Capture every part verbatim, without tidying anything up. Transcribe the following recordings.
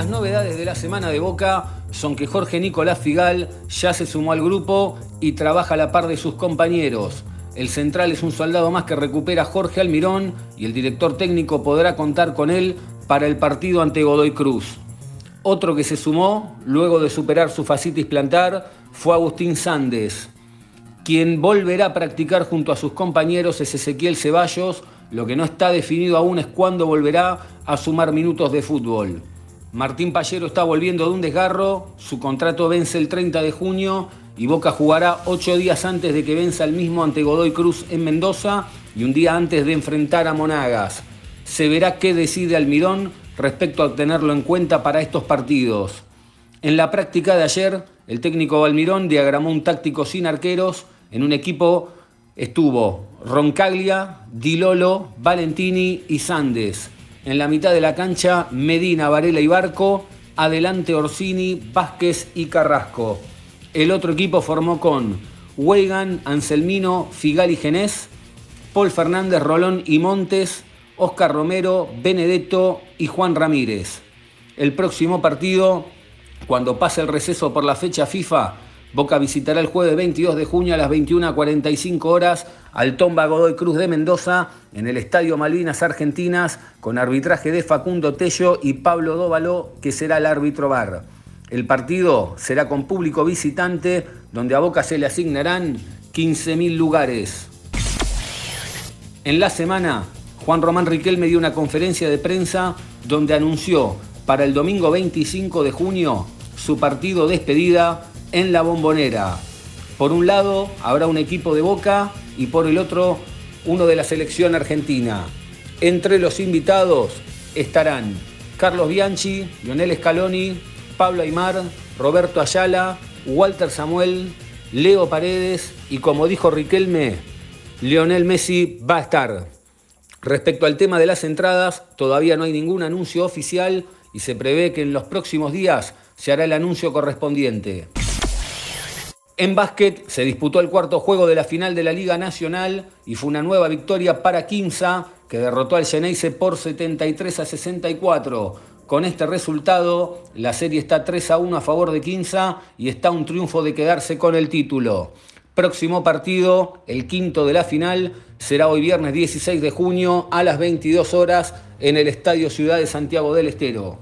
Las novedades de la semana de Boca son que Jorge Nicolás Figal ya se sumó al grupo y trabaja a la par de sus compañeros. El central es un soldado más que recupera Jorge Almirón y el director técnico podrá contar con él para el partido ante Godoy Cruz. Otro que se sumó, luego de superar su fascitis plantar, fue Agustín Sandes. Quien volverá a practicar junto a sus compañeros es Ezequiel Ceballos. Lo que no está definido aún es cuándo volverá a sumar minutos de fútbol. Martín Pallero está volviendo de un desgarro, su contrato vence el treinta de junio y Boca jugará ocho días antes de que venza el mismo ante Godoy Cruz en Mendoza y un día antes de enfrentar a Monagas. Se verá qué decide Almirón respecto a tenerlo en cuenta para estos partidos. En la práctica de ayer, el técnico Almirón diagramó un táctico sin arqueros. En un equipo estuvo Roncaglia, Di Lolo, Valentini y Sandes. En la mitad de la cancha, Medina, Varela y Barco. Adelante Orsini, Vázquez y Carrasco. El otro equipo formó con Weigan, Anselmino, Figal y Genés, Paul Fernández, Rolón y Montes, Oscar Romero, Benedetto y Juan Ramírez. El próximo partido, cuando pase el receso por la fecha FIFA, Boca visitará el jueves veintidós de junio a las veintiuna cuarenta y cinco horas al Tomba Godoy Cruz de Mendoza en el Estadio Malvinas Argentinas con arbitraje de Facundo Tello y Pablo Dóvalo, que será el árbitro V A R. El partido será con público visitante, donde a Boca se le asignarán quince mil lugares. En la semana, Juan Román Riquelme dio una conferencia de prensa donde anunció para el domingo veinticinco de junio su partido despedida en la Bombonera. Por un lado habrá un equipo de Boca y por el otro uno de la selección argentina. Entre los invitados estarán Carlos Bianchi, Lionel Scaloni, Pablo Aimar, Roberto Ayala, Walter Samuel, Leo Paredes y, como dijo Riquelme, Lionel Messi va a estar. Respecto al tema de las entradas, todavía no hay ningún anuncio oficial y se prevé que en los próximos días se hará el anuncio correspondiente. En básquet se disputó el cuarto juego de la final de la Liga Nacional y fue una nueva victoria para Quimsa, que derrotó al Xeneize por setenta y tres a sesenta y cuatro. Con este resultado, la serie está tres a uno a favor de Quimsa y está a un triunfo de quedarse con el título. Próximo partido, el quinto de la final, será hoy viernes dieciséis de junio a las veintidós horas en el Estadio Ciudad de Santiago del Estero.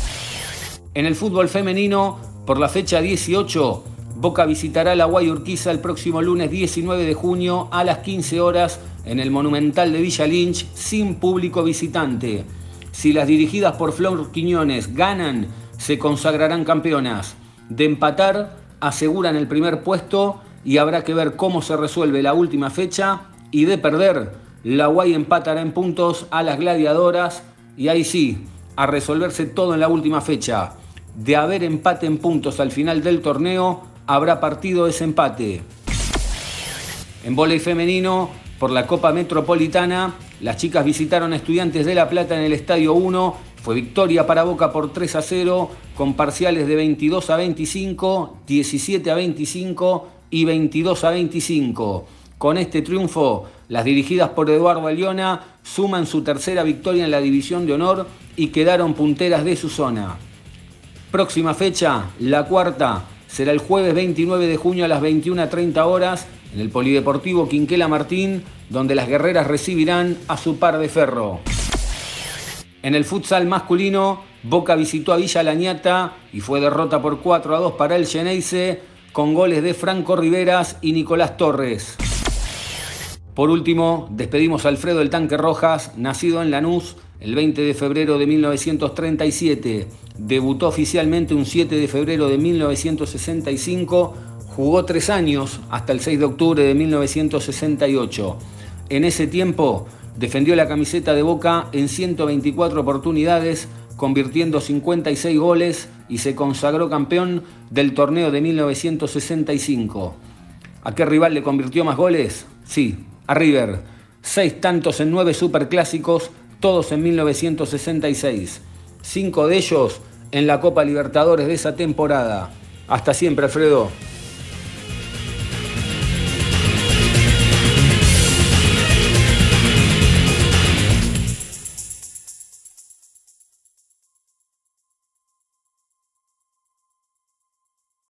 En el fútbol femenino, por la fecha dieciocho, Boca visitará la Guay Urquiza el próximo lunes diecinueve de junio a las quince horas en el Monumental de Villa Lynch sin público visitante. Si las dirigidas por Flor Quiñones ganan, se consagrarán campeonas. De empatar, aseguran el primer puesto y habrá que ver cómo se resuelve la última fecha. Y de perder, la Guay empatará en puntos a las gladiadoras y ahí sí, a resolverse todo en la última fecha. De haber empate en puntos al final del torneo, habrá partido desempate. En vóley femenino, por la Copa Metropolitana, las chicas visitaron a Estudiantes de La Plata en el Estadio uno. Fue victoria para Boca por tres a cero, con parciales de veintidós a veinticinco, diecisiete a veinticinco y veintidós a veinticinco. Con este triunfo, las dirigidas por Eduardo Aliona suman su tercera victoria en la División de Honor y quedaron punteras de su zona. Próxima fecha, la cuarta, será el jueves veintinueve de junio a las veintiuna treinta horas en el Polideportivo Quinquela Martín, donde las guerreras recibirán a su par de Ferro. En el futsal masculino, Boca visitó a Villa Lañata y fue derrota por cuatro a dos para el Xeneize, con goles de Franco Riveras y Nicolás Torres. Por último, despedimos a Alfredo el Tanque Rojas, nacido en Lanús el veinte de febrero de mil novecientos treinta y siete. Debutó oficialmente un siete de febrero de mil novecientos sesenta y cinco. Jugó tres años hasta el seis de octubre de mil novecientos sesenta y ocho. En ese tiempo defendió la camiseta de Boca en ciento veinticuatro oportunidades, convirtiendo cincuenta y seis goles y se consagró campeón del torneo de mil novecientos sesenta y cinco. ¿A qué rival le convirtió más goles? Sí, a River. Seis tantos en nueve superclásicos, todos en mil novecientos sesenta y seis. Cinco de ellos en la Copa Libertadores de esa temporada. Hasta siempre, Alfredo.